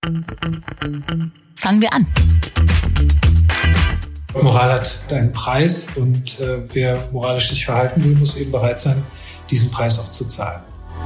Fangen wir an. Moral hat einen Preis und wer moralisch sich verhalten will, muss eben bereit sein, diesen Preis auch zu zahlen.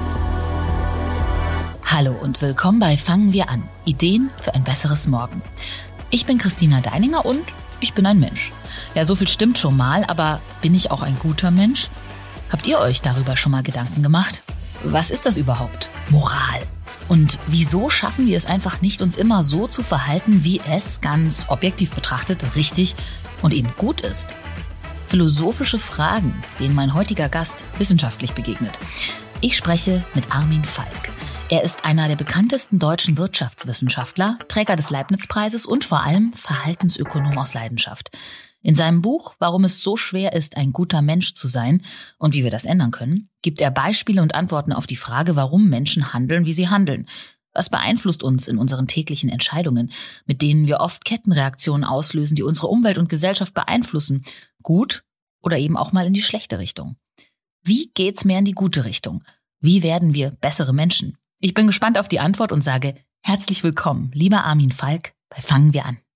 Hallo und willkommen bei Fangen wir an. Ideen für ein besseres Morgen. Ich bin Christina Deininger und ich bin ein Mensch. Ja, so viel stimmt schon mal, aber bin ich auch ein guter Mensch? Habt ihr euch darüber schon mal Gedanken gemacht? Was ist das überhaupt? Moral. Und wieso schaffen wir es einfach nicht, uns immer so zu verhalten, wie es, ganz objektiv betrachtet, richtig und eben gut ist? Philosophische Fragen, denen mein heutiger Gast wissenschaftlich begegnet. Ich spreche mit Armin Falk. Er ist einer der bekanntesten deutschen Wirtschaftswissenschaftler, Träger des Leibniz-Preises und vor allem Verhaltensökonom aus Leidenschaft. In seinem Buch »Warum es so schwer ist, ein guter Mensch zu sein« und wie wir das ändern können, gibt er Beispiele und Antworten auf die Frage, warum Menschen handeln, wie sie handeln. Was beeinflusst uns in unseren täglichen Entscheidungen, mit denen wir oft Kettenreaktionen auslösen, die unsere Umwelt und Gesellschaft beeinflussen, gut oder eben auch mal in die schlechte Richtung? Wie geht's mehr in die gute Richtung? Wie werden wir bessere Menschen? Ich bin gespannt auf die Antwort und sage herzlich willkommen, lieber Armin Falk, bei Fangen wir an.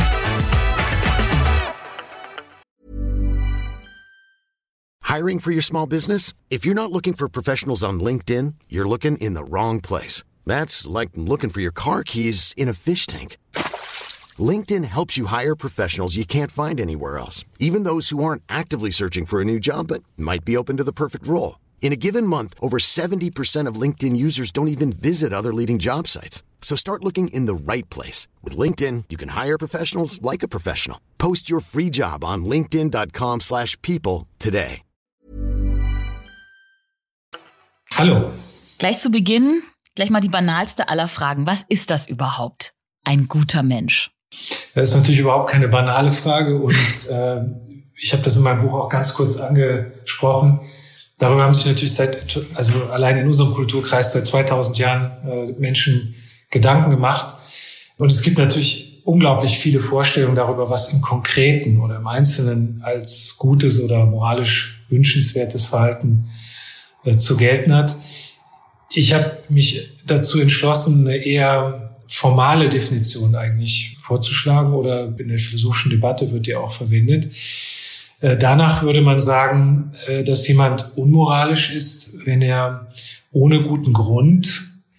Hiring for your small business? If you're not looking for professionals on LinkedIn, you're looking in the wrong place. That's like looking for your car keys in a fish tank. LinkedIn helps you hire professionals you can't find anywhere else, even those who aren't actively searching for a new job but might be open to the perfect role. In a given month, over 70% of LinkedIn users don't even visit other leading job sites. So start looking in the right place. With LinkedIn, you can hire professionals like a professional. Post your free job on linkedin.com/people today. Hallo. Gleich zu Beginn, gleich mal die banalste aller Fragen. Was ist das überhaupt? Ein guter Mensch? Das ist natürlich überhaupt keine banale Frage und ich habe das in meinem Buch auch ganz kurz angesprochen. Darüber haben sich natürlich allein in unserem Kulturkreis seit 2000 Jahren Menschen Gedanken gemacht. Und es gibt natürlich unglaublich viele Vorstellungen darüber, was im Konkreten oder im Einzelnen als gutes oder moralisch wünschenswertes Verhalten zu gelten hat. Ich habe mich dazu entschlossen, eine eher formale Definition eigentlich vorzuschlagen oder in der philosophischen Debatte wird die auch verwendet. Danach würde man sagen, dass jemand unmoralisch ist, wenn er ohne guten Grund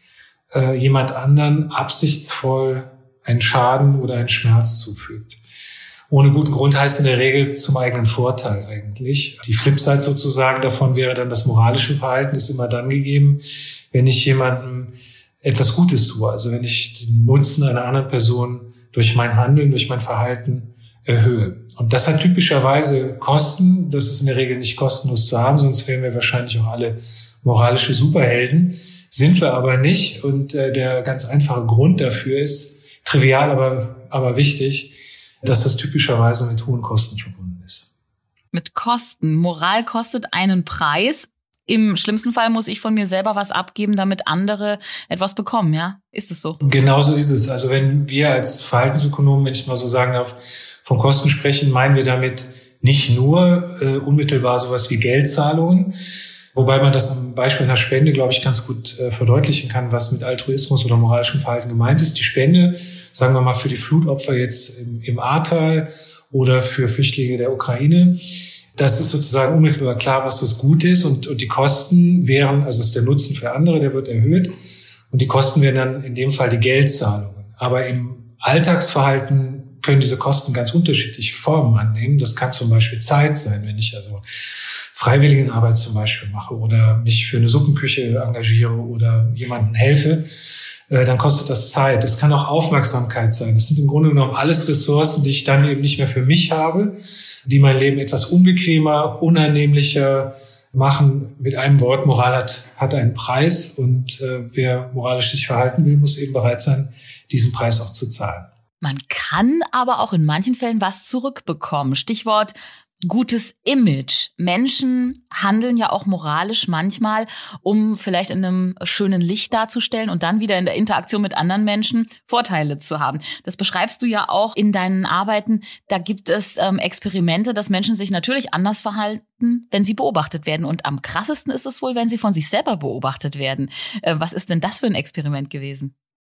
jemand anderen absichtsvoll einen Schaden oder einen Schmerz zufügt. Ohne guten Grund heißt in der Regel zum eigenen Vorteil eigentlich. Die Flipside sozusagen davon wäre dann, das moralische Verhalten ist immer dann gegeben, wenn ich jemandem etwas Gutes tue. Also wenn ich den Nutzen einer anderen Person durch mein Handeln, durch mein Verhalten erhöhe. Und das hat typischerweise Kosten. Das ist in der Regel nicht kostenlos zu haben, sonst wären wir wahrscheinlich auch alle moralische Superhelden. Sind wir aber nicht. Und der ganz einfache Grund dafür ist, trivial, aber wichtig, dass das typischerweise mit hohen Kosten verbunden ist. Mit Kosten. Moral kostet einen Preis. Im schlimmsten Fall muss ich von mir selber was abgeben, damit andere etwas bekommen, ja? Ist es so? Genau so ist es. Also wenn wir als Verhaltensökonomen, wenn ich mal so sagen darf, von Kosten sprechen, meinen wir damit nicht nur unmittelbar sowas wie Geldzahlungen, wobei man das am Beispiel einer Spende, glaube ich, ganz gut verdeutlichen kann, was mit Altruismus oder moralischem Verhalten gemeint ist. Die Spende, sagen wir mal, für die Flutopfer jetzt im Ahrtal oder für Flüchtlinge der Ukraine, das ist sozusagen unmittelbar klar, was das Gut ist und die Kosten wären, also ist der Nutzen für andere, der wird erhöht und die Kosten wären dann in dem Fall die Geldzahlungen. Aber im Alltagsverhalten können diese Kosten ganz unterschiedliche Formen annehmen. Das kann zum Beispiel Zeit sein, wenn ich also Freiwilligenarbeit zum Beispiel mache oder mich für eine Suppenküche engagiere oder jemandem helfe, dann kostet das Zeit. Es kann auch Aufmerksamkeit sein. Das sind im Grunde genommen alles Ressourcen, die ich dann eben nicht mehr für mich habe, die mein Leben etwas unbequemer, unannehmlicher machen. Mit einem Wort, Moral hat einen Preis und wer moralisch sich verhalten will, muss eben bereit sein, diesen Preis auch zu zahlen. Man kann aber auch in manchen Fällen was zurückbekommen. Stichwort gutes Image. Menschen handeln ja auch moralisch manchmal, um vielleicht in einem schönen Licht darzustellen und dann wieder in der Interaktion mit anderen Menschen Vorteile zu haben. Das beschreibst du ja auch in deinen Arbeiten. Da gibt es Experimente, dass Menschen sich natürlich anders verhalten, wenn sie beobachtet werden. Und am krassesten ist es wohl, wenn sie von sich selber beobachtet werden. Was ist denn das für ein Experiment gewesen?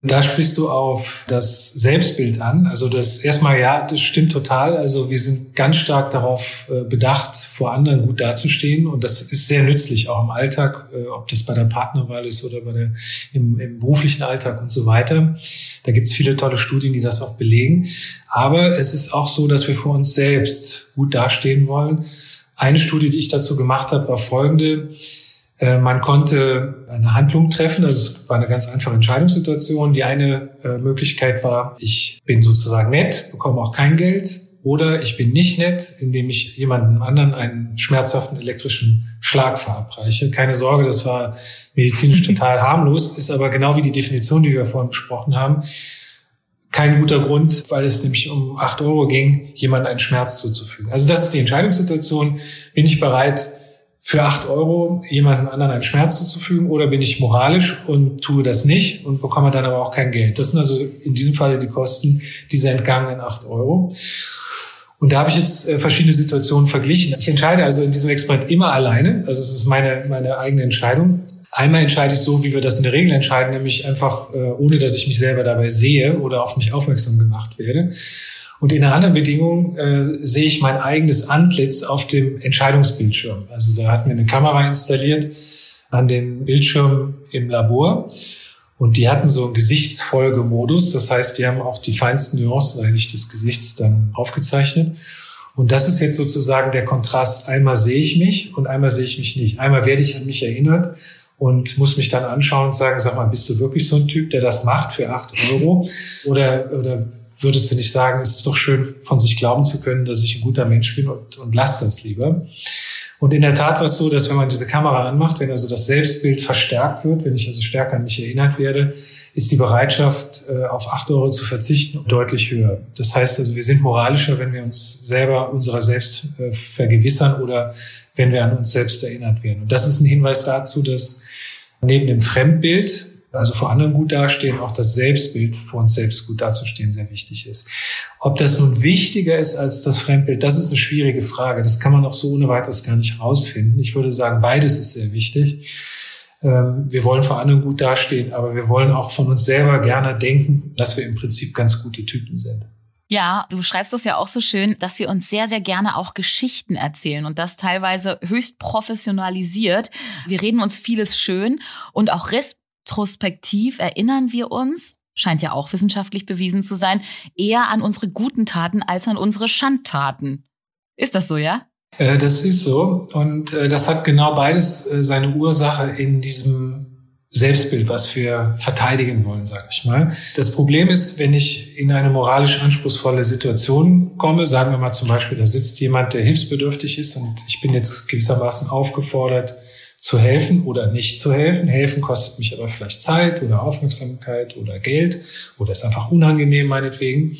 Da sprichst du auf das Selbstbild an. Also das erstmal, ja, das stimmt total. Also wir sind ganz stark darauf bedacht, vor anderen gut dazustehen. Und das ist sehr nützlich, auch im Alltag, ob das bei der Partnerwahl ist oder im beruflichen Alltag und so weiter. Da gibt's viele tolle Studien, die das auch belegen. Aber es ist auch so, dass wir für uns selbst gut dastehen wollen. Eine Studie, die ich dazu gemacht habe, war folgende. Man konnte eine Handlung treffen, also es war eine ganz einfache Entscheidungssituation. Die eine Möglichkeit war, ich bin sozusagen nett, bekomme auch kein Geld, oder ich bin nicht nett, indem ich jemandem anderen einen schmerzhaften elektrischen Schlag verabreiche. Keine Sorge, das war medizinisch total harmlos, ist aber genau wie die Definition, die wir vorhin besprochen haben, kein guter Grund, weil es nämlich um 8 € ging, jemandem einen Schmerz zuzufügen. Also das ist die Entscheidungssituation. Bin ich bereit, für 8 € jemandem anderen einen Schmerz zuzufügen, oder bin ich moralisch und tue das nicht und bekomme dann aber auch kein Geld? Das sind also in diesem Falle die Kosten dieser entgangenen 8 €. Und da habe ich jetzt verschiedene Situationen verglichen. Ich entscheide also in diesem Experiment immer alleine. Also es ist meine eigene Entscheidung. Einmal entscheide ich so, wie wir das in der Regel entscheiden, nämlich einfach, ohne dass ich mich selber dabei sehe oder auf mich aufmerksam gemacht werde. Und in einer anderen Bedingung sehe ich mein eigenes Antlitz auf dem Entscheidungsbildschirm. Also da hatten wir eine Kamera installiert an den Bildschirm im Labor. Und die hatten so einen Gesichtsfolgemodus. Das heißt, die haben auch die feinsten Nuancen eigentlich des Gesichts dann aufgezeichnet. Und das ist jetzt sozusagen der Kontrast. Einmal sehe ich mich und einmal sehe ich mich nicht. Einmal werde ich an mich erinnert und muss mich dann anschauen und sagen, sag mal, bist du wirklich so ein Typ, der das macht für 8 €? Oder würdest du nicht sagen, es ist doch schön, von sich glauben zu können, dass ich ein guter Mensch bin und lass das lieber? Und in der Tat war es so, dass wenn man diese Kamera anmacht, wenn also das Selbstbild verstärkt wird, wenn ich also stärker an mich erinnert werde, ist die Bereitschaft, auf 8 € zu verzichten, deutlich höher. Das heißt also, wir sind moralischer, wenn wir uns selber unserer selbst vergewissern oder wenn wir an uns selbst erinnert werden. Und das ist ein Hinweis dazu, dass neben dem Fremdbild, also vor anderen gut dastehen, auch das Selbstbild vor uns selbst gut dazustehen sehr wichtig ist. Ob das nun wichtiger ist als das Fremdbild, das ist eine schwierige Frage. Das kann man auch so ohne weiteres gar nicht herausfinden. Ich würde sagen, beides ist sehr wichtig. Wir wollen vor anderen gut dastehen, aber wir wollen auch von uns selber gerne denken, dass wir im Prinzip ganz gute Typen sind. Ja, du schreibst das ja auch so schön, dass wir uns sehr, sehr gerne auch Geschichten erzählen und das teilweise höchst professionalisiert. Wir reden uns vieles schön und auch retrospektiv erinnern wir uns, scheint ja auch wissenschaftlich bewiesen zu sein, eher an unsere guten Taten als an unsere Schandtaten. Ist das so, ja? Das ist so. Und das hat genau beides seine Ursache in diesem Selbstbild, was wir verteidigen wollen, sage ich mal. Das Problem ist, wenn ich in eine moralisch anspruchsvolle Situation komme, sagen wir mal zum Beispiel, da sitzt jemand, der hilfsbedürftig ist und ich bin jetzt gewissermaßen aufgefordert, zu helfen oder nicht zu helfen. Helfen kostet mich aber vielleicht Zeit oder Aufmerksamkeit oder Geld oder ist einfach unangenehm meinetwegen.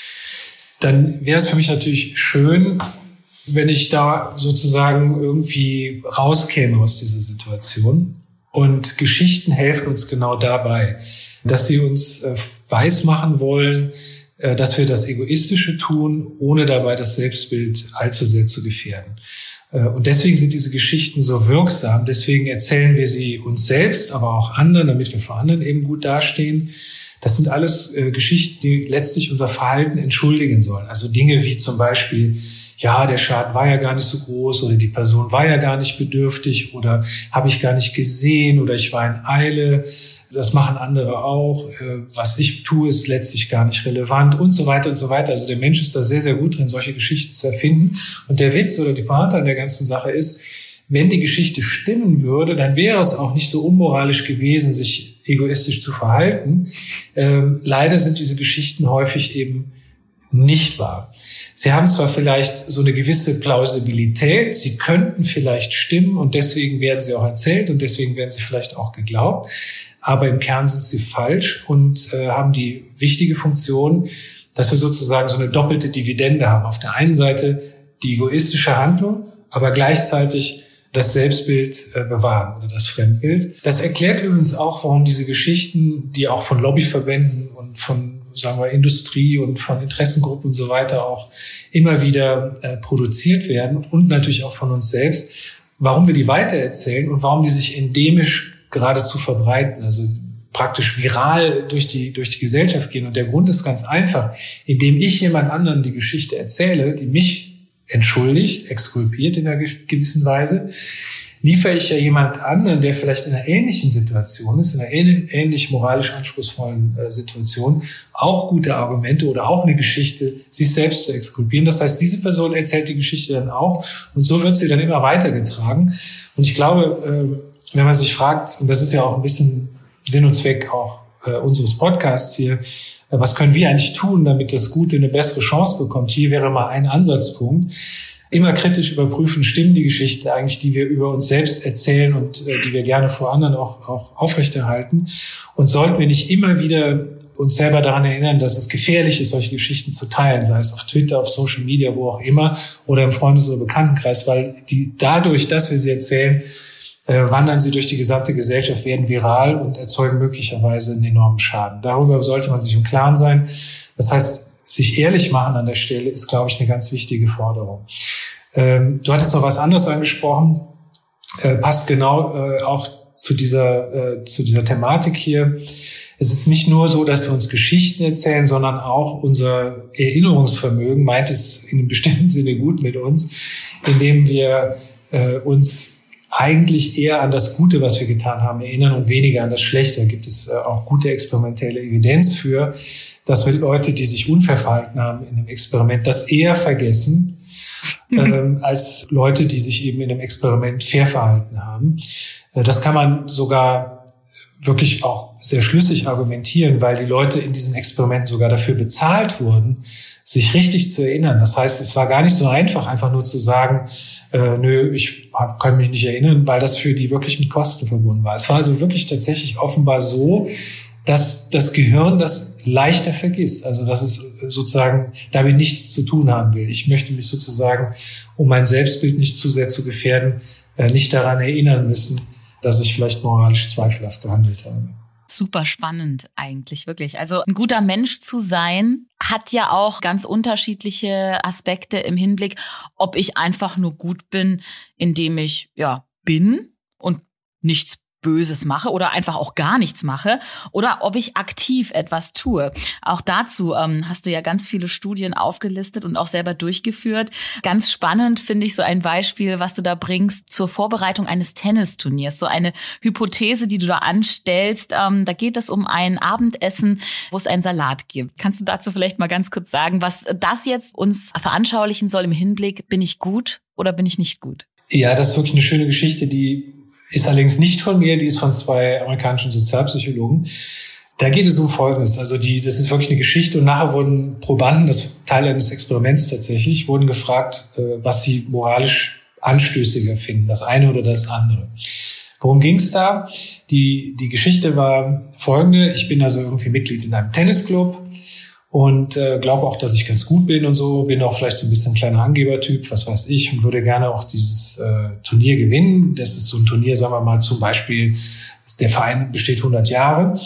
Dann wäre es für mich natürlich schön, wenn ich da sozusagen irgendwie rauskäme aus dieser Situation. Und Geschichten helfen uns genau dabei, dass sie uns weismachen wollen, dass wir das Egoistische tun, ohne dabei das Selbstbild allzu sehr zu gefährden. Und deswegen sind diese Geschichten so wirksam. Deswegen erzählen wir sie uns selbst, aber auch anderen, damit wir vor anderen eben gut dastehen. Das sind alles Geschichten, die letztlich unser Verhalten entschuldigen sollen. Also Dinge wie zum Beispiel, ja, der Schaden war ja gar nicht so groß oder die Person war ja gar nicht bedürftig oder habe ich gar nicht gesehen oder ich war in Eile. Das machen andere auch. Was ich tue, ist letztlich gar nicht relevant und so weiter und so weiter. Also der Mensch ist da sehr, sehr gut drin, solche Geschichten zu erfinden. Und der Witz oder die Pointe an der ganzen Sache ist, wenn die Geschichte stimmen würde, dann wäre es auch nicht so unmoralisch gewesen, sich egoistisch zu verhalten. Leider sind diese Geschichten häufig eben nicht wahr. Sie haben zwar vielleicht so eine gewisse Plausibilität, sie könnten vielleicht stimmen und deswegen werden sie auch erzählt und deswegen werden sie vielleicht auch geglaubt, aber im Kern sind sie falsch und haben die wichtige Funktion, dass wir sozusagen so eine doppelte Dividende haben. Auf der einen Seite die egoistische Handlung, aber gleichzeitig das Selbstbild bewahren oder das Fremdbild. Das erklärt übrigens auch, warum diese Geschichten, die auch von Lobbyverbänden und von, sagen wir, Industrie und von Interessengruppen und so weiter auch immer wieder produziert werden und natürlich auch von uns selbst, warum wir die weitererzählen und warum die sich endemisch geradezu verbreiten. Also praktisch viral durch die Gesellschaft gehen. Und der Grund ist ganz einfach. Indem ich jemand anderen die Geschichte erzähle, die mich entschuldigt, exkulpiert in einer gewissen Weise, liefere ich ja jemand anderen, der vielleicht in einer ähnlichen Situation ist, in einer ähnlich moralisch anspruchsvollen Situation, auch gute Argumente oder auch eine Geschichte, sich selbst zu exkulpieren. Das heißt, diese Person erzählt die Geschichte dann auch und so wird sie dann immer weitergetragen. Und ich glaube, wenn man sich fragt, und das ist ja auch ein bisschen Sinn und Zweck auch unseres Podcasts hier, was können wir eigentlich tun, damit das Gute eine bessere Chance bekommt? Hier wäre mal ein Ansatzpunkt. Immer kritisch überprüfen, stimmen die Geschichten eigentlich, die wir über uns selbst erzählen und die wir gerne vor anderen auch aufrechterhalten. Und sollten wir nicht immer wieder uns selber daran erinnern, dass es gefährlich ist, solche Geschichten zu teilen, sei es auf Twitter, auf Social Media, wo auch immer, oder im Freundes- oder Bekanntenkreis, weil dadurch, dass wir sie erzählen, wandern sie durch die gesamte Gesellschaft, werden viral und erzeugen möglicherweise einen enormen Schaden. Darüber sollte man sich im Klaren sein. Das heißt, sich ehrlich machen an der Stelle ist, glaube ich, eine ganz wichtige Forderung. Du hattest noch was anderes angesprochen, passt genau auch zu dieser Thematik hier. Es ist nicht nur so, dass wir uns Geschichten erzählen, sondern auch unser Erinnerungsvermögen meint es in einem bestimmten Sinne gut mit uns, indem wir uns eigentlich eher an das Gute, was wir getan haben, erinnern und weniger an das Schlechte. Da gibt es auch gute experimentelle Evidenz für, dass wir Leute, die sich unfair verhalten haben in einem Experiment, das eher vergessen, als Leute, die sich eben in einem Experiment fair verhalten haben. Das kann man sogar wirklich auch sehr schlüssig argumentieren, weil die Leute in diesen Experimenten sogar dafür bezahlt wurden, sich richtig zu erinnern. Das heißt, es war gar nicht so einfach nur zu sagen, nö, ich kann mich nicht erinnern, weil das für die wirklich mit Kosten verbunden war. Es war also wirklich tatsächlich offenbar so, dass das Gehirn das leichter vergisst. Also dass es sozusagen damit nichts zu tun haben will. Ich möchte mich sozusagen, um mein Selbstbild nicht zu sehr zu gefährden, nicht daran erinnern müssen, dass ich vielleicht moralisch zweifelhaft gehandelt habe. Super spannend eigentlich, wirklich. Also ein guter Mensch zu sein, hat ja auch ganz unterschiedliche Aspekte im Hinblick, ob ich einfach nur gut bin, indem ich bin und nichts Böses mache oder einfach auch gar nichts mache oder ob ich aktiv etwas tue. Auch dazu hast du ja ganz viele Studien aufgelistet und auch selber durchgeführt. Ganz spannend finde ich so ein Beispiel, was du da bringst zur Vorbereitung eines Tennisturniers. So eine Hypothese, die du da anstellst. Da geht es um ein Abendessen, wo es einen Salat gibt. Kannst du dazu vielleicht mal ganz kurz sagen, was das jetzt uns veranschaulichen soll im Hinblick, bin ich gut oder bin ich nicht gut? Ja, das ist wirklich eine schöne Geschichte, die ist allerdings nicht von mir, die ist von 2 amerikanischen Sozialpsychologen. Da geht es um Folgendes. Also das ist wirklich eine Geschichte und nachher wurden Probanden, das ist Teil eines Experiments tatsächlich, wurden gefragt, was sie moralisch anstößiger finden, das eine oder das andere. Worum ging es da? Die Geschichte war folgende. Ich bin also irgendwie Mitglied in einem Tennisclub und glaube auch, dass ich ganz gut bin und so, bin auch vielleicht so ein bisschen ein kleiner Angebertyp, was weiß ich, und würde gerne auch dieses Turnier gewinnen. Das ist so ein Turnier, sagen wir mal zum Beispiel, der Verein besteht 100 Jahre.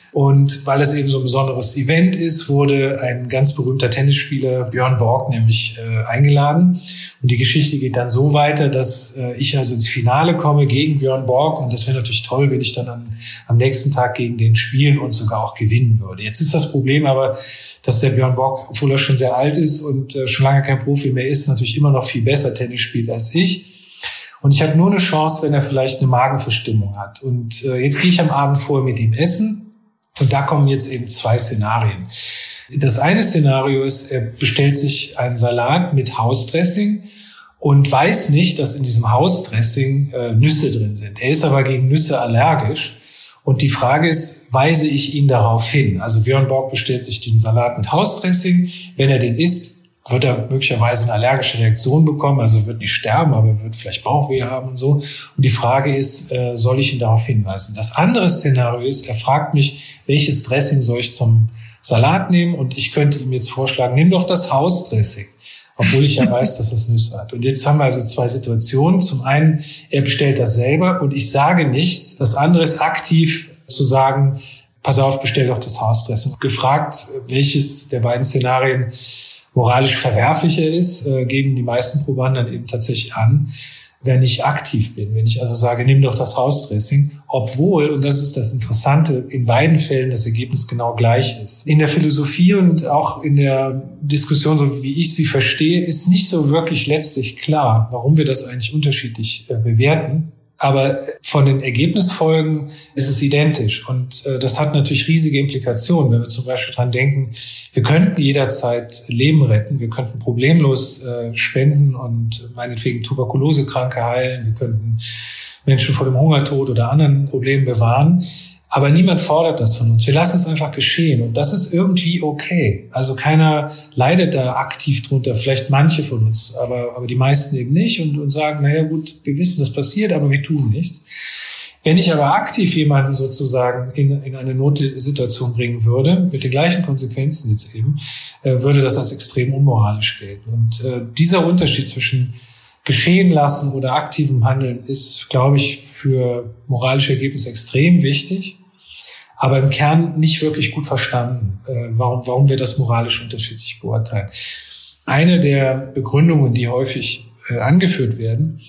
Und weil es eben so ein besonderes Event ist, wurde ein ganz berühmter Tennisspieler, Björn Borg, nämlich eingeladen. Und die Geschichte geht dann so weiter, dass ich also ins Finale komme gegen Björn Borg. Und das wäre natürlich toll, wenn ich dann am nächsten Tag gegen den spielen und sogar auch gewinnen würde. Jetzt ist das Problem aber, dass der Björn Borg, obwohl er schon sehr alt ist und schon lange kein Profi mehr ist, natürlich immer noch viel besser Tennis spielt als ich. Und ich habe nur eine Chance, wenn er vielleicht eine Magenverstimmung hat. Und jetzt gehe ich am Abend vorher mit ihm essen. Und da kommen jetzt eben 2 Szenarien. Das eine Szenario ist, er bestellt sich einen Salat mit Hausdressing und weiß nicht, dass in diesem Hausdressing Nüsse drin sind. Er ist aber gegen Nüsse allergisch. Und die Frage ist, weise ich ihn darauf hin? Also Björn Borg bestellt sich den Salat mit Hausdressing. Wenn er den isst, wird er möglicherweise eine allergische Reaktion bekommen, also wird nicht sterben, aber wird vielleicht Bauchweh haben und so. Und die Frage ist, soll ich ihn darauf hinweisen? Das andere Szenario ist, er fragt mich, welches Dressing soll ich zum Salat nehmen? Und ich könnte ihm jetzt vorschlagen, nimm doch das Hausdressing, obwohl ich ja weiß, dass das Nüsse hat. Und jetzt haben wir also 2 Situationen. Zum einen, er bestellt das selber und ich sage nichts. Das andere ist aktiv zu sagen, pass auf, bestell doch das Hausdressing. Gefragt, welches der beiden Szenarien moralisch verwerflicher ist, geben die meisten Probanden dann eben tatsächlich an, wenn ich aktiv bin, wenn ich also sage, nimm doch das Hausdressing, obwohl, und das ist das Interessante, in beiden Fällen das Ergebnis genau gleich ist. In der Philosophie und auch in der Diskussion, so wie ich sie verstehe, ist nicht so wirklich letztlich klar, warum wir das eigentlich unterschiedlich bewerten. Aber von den Ergebnisfolgen ist es identisch. Und das hat natürlich riesige Implikationen, wenn wir zum Beispiel dran denken, wir könnten jederzeit Leben retten, wir könnten problemlos spenden und meinetwegen Tuberkulosekranke heilen, wir könnten Menschen vor dem Hungertod oder anderen Problemen bewahren. Aber niemand fordert das von uns. Wir lassen es einfach geschehen. Und das ist irgendwie okay. Also keiner leidet da aktiv drunter. Vielleicht manche von uns, aber die meisten eben nicht. Und sagen, naja gut, wir wissen, das passiert, aber wir tun nichts. Wenn ich aber aktiv jemanden sozusagen in eine Notsituation bringen würde, mit den gleichen Konsequenzen jetzt eben, würde das als extrem unmoralisch gelten. Und dieser Unterschied zwischen geschehen lassen oder aktivem Handeln ist, glaube ich, für moralische Ergebnisse extrem wichtig. Aber im Kern nicht wirklich gut verstanden, warum wir das moralisch unterschiedlich beurteilen. Eine der Begründungen, die häufig angeführt werden,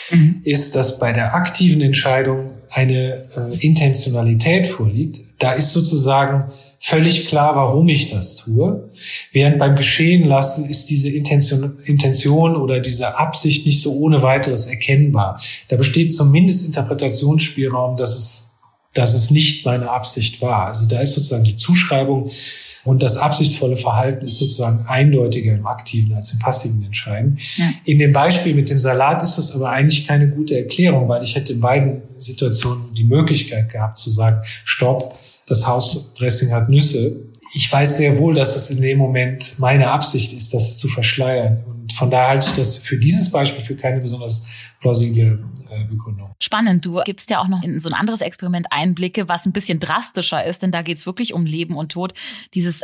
ist, dass bei der aktiven Entscheidung eine Intentionalität vorliegt. Da ist sozusagen völlig klar, warum ich das tue. Während beim Geschehen lassen ist diese Intention oder diese Absicht nicht so ohne weiteres erkennbar. Da besteht zumindest Interpretationsspielraum, dass es nicht meine Absicht war. Also da ist sozusagen die Zuschreibung und das absichtsvolle Verhalten ist sozusagen eindeutiger im aktiven als im passiven Entscheiden. Ja. In dem Beispiel mit dem Salat ist das aber eigentlich keine gute Erklärung, weil ich hätte in beiden Situationen die Möglichkeit gehabt zu sagen, stopp, das Hausdressing hat Nüsse. Ich weiß sehr wohl, dass es in dem Moment meine Absicht ist, das zu verschleiern. Und von daher halte ich das für dieses Beispiel für keine besonders plausible Begründung. Spannend, du gibst ja auch noch in so ein anderes Experiment Einblicke, was ein bisschen drastischer ist, denn da geht es wirklich um Leben und Tod. Dieses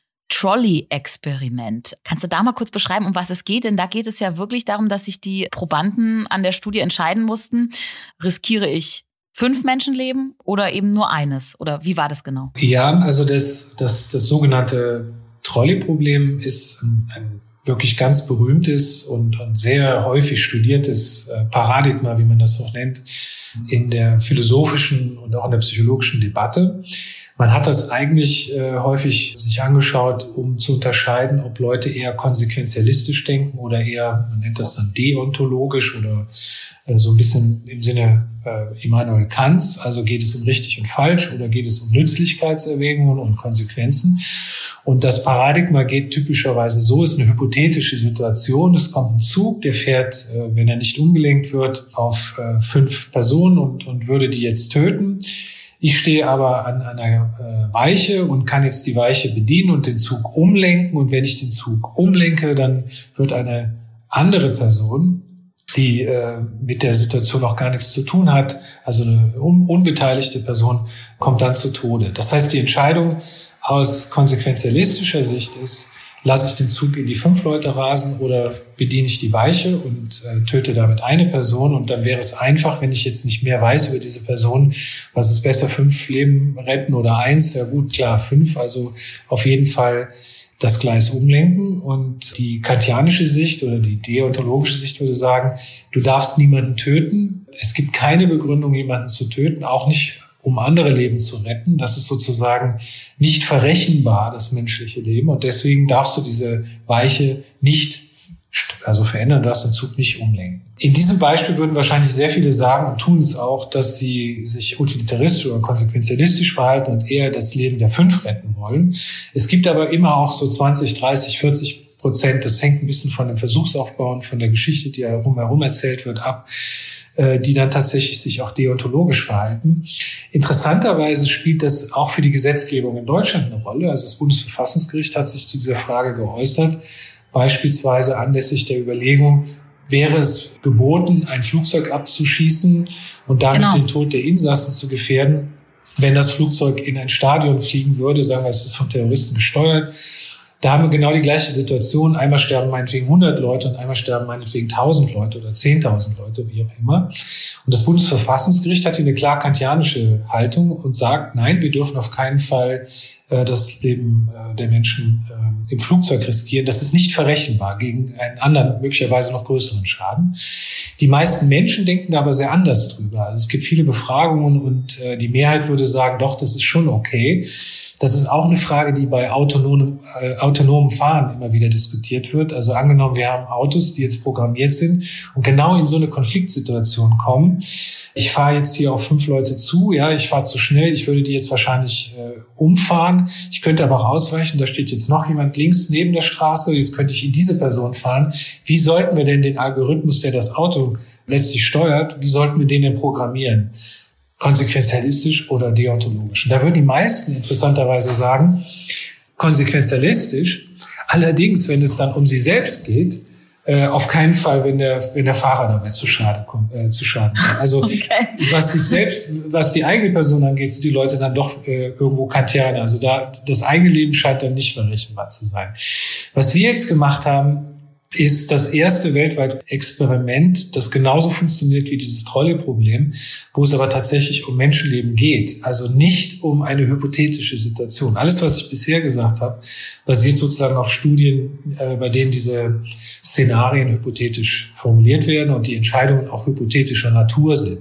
Trolley-Experiment. Kannst du da mal kurz beschreiben, um was es geht? Denn da geht es ja wirklich darum, dass sich die Probanden an der Studie entscheiden mussten, riskiere ich 5 Menschenleben oder eben nur eines? Oder wie war das genau? Ja, also das sogenannte Trolley-Problem ist ein wirklich ganz berühmtes und sehr häufig studiertes Paradigma, wie man das auch nennt, in der philosophischen und auch in der psychologischen Debatte. Man hat das eigentlich häufig sich angeschaut, um zu unterscheiden, ob Leute eher konsequenzialistisch denken oder eher, man nennt das dann deontologisch oder so ein bisschen im Sinne Immanuel Kants, also geht es um richtig und falsch oder geht es um Nützlichkeitserwägungen und Konsequenzen. Und das Paradigma geht typischerweise so, ist eine hypothetische Situation. Es kommt ein Zug, der fährt, wenn er nicht umgelenkt wird, auf 5 Personen und würde die jetzt töten. Ich stehe aber an einer Weiche und kann jetzt die Weiche bedienen und den Zug umlenken. Und wenn ich den Zug umlenke, dann wird eine andere Person, die mit der Situation auch gar nichts zu tun hat, also eine unbeteiligte Person, kommt dann zu Tode. Das heißt, die Entscheidung aus konsequenzialistischer Sicht ist, lasse ich den Zug in die 5 Leute rasen oder bediene ich die Weiche und töte damit eine Person. Und dann wäre es einfach, wenn ich jetzt nicht mehr weiß über diese Person, was ist besser, 5 Leben retten oder 1? Ja gut, klar, 5, also auf jeden Fall das Gleis umlenken. Und die kantianische Sicht oder die deontologische Sicht würde sagen, du darfst niemanden töten. Es gibt keine Begründung, jemanden zu töten, auch nicht um andere Leben zu retten. Das ist sozusagen nicht verrechenbar, das menschliche Leben. Und deswegen darfst du diese Weiche nicht, also verändern, darfst den Zug nicht umlenken. In diesem Beispiel würden wahrscheinlich sehr viele sagen und tun es auch, dass sie sich utilitaristisch oder konsequenzialistisch verhalten und eher das Leben der 5 retten wollen. Es gibt aber immer auch so 20, 30, 40%. Das hängt ein bisschen von dem Versuchsaufbau und von der Geschichte, die herum erzählt wird, ab, die dann tatsächlich sich auch deontologisch verhalten. Interessanterweise spielt das auch für die Gesetzgebung in Deutschland eine Rolle. Also das Bundesverfassungsgericht hat sich zu dieser Frage geäußert, beispielsweise anlässlich der Überlegung, wäre es geboten, ein Flugzeug abzuschießen und damit den Tod der Insassen zu gefährden, wenn das Flugzeug in ein Stadion fliegen würde, sagen wir, es ist von Terroristen gesteuert. Da haben wir genau die gleiche Situation. Einmal sterben meinetwegen 100 Leute und einmal sterben meinetwegen 1000 Leute oder 10.000 Leute, wie auch immer. Und das Bundesverfassungsgericht hat hier eine klar kantianische Haltung und sagt, nein, wir dürfen auf keinen Fall das Leben der Menschen im Flugzeug riskieren, das ist nicht verrechenbar gegen einen anderen, möglicherweise noch größeren Schaden. Die meisten Menschen denken da aber sehr anders drüber. Also es gibt viele Befragungen und die Mehrheit würde sagen, doch, das ist schon okay. Das ist auch eine Frage, die bei autonomem Fahren immer wieder diskutiert wird. Also angenommen, wir haben Autos, die jetzt programmiert sind und genau in so eine Konfliktsituation kommen. Ich fahre jetzt hier auf 5 Leute zu, ja, ich fahre zu schnell, ich würde die jetzt wahrscheinlich umfahren. Ich könnte aber auch ausweichen, da steht jetzt noch jemand links neben der Straße, jetzt könnte ich in diese Person fahren. Wie sollten wir denn den Algorithmus, der das Auto letztlich steuert, wie sollten wir den denn programmieren? Konsequenzialistisch oder deontologisch? Und da würden die meisten interessanterweise sagen, konsequenzialistisch. Allerdings, wenn es dann um sie selbst geht, auf keinen Fall, wenn der Fahrer dabei zu Schaden kommt. Also okay. Was die eigene Person angeht, sind die Leute dann doch irgendwo Kantianer. Also da das eigene Leben scheint dann nicht verrechenbar zu sein. Was wir jetzt gemacht haben, ist das erste weltweite Experiment, das genauso funktioniert wie dieses Trolley-Problem, wo es aber tatsächlich um Menschenleben geht. Also nicht um eine hypothetische Situation. Alles, was ich bisher gesagt habe, basiert sozusagen auf Studien, bei denen diese Szenarien hypothetisch formuliert werden und die Entscheidungen auch hypothetischer Natur sind.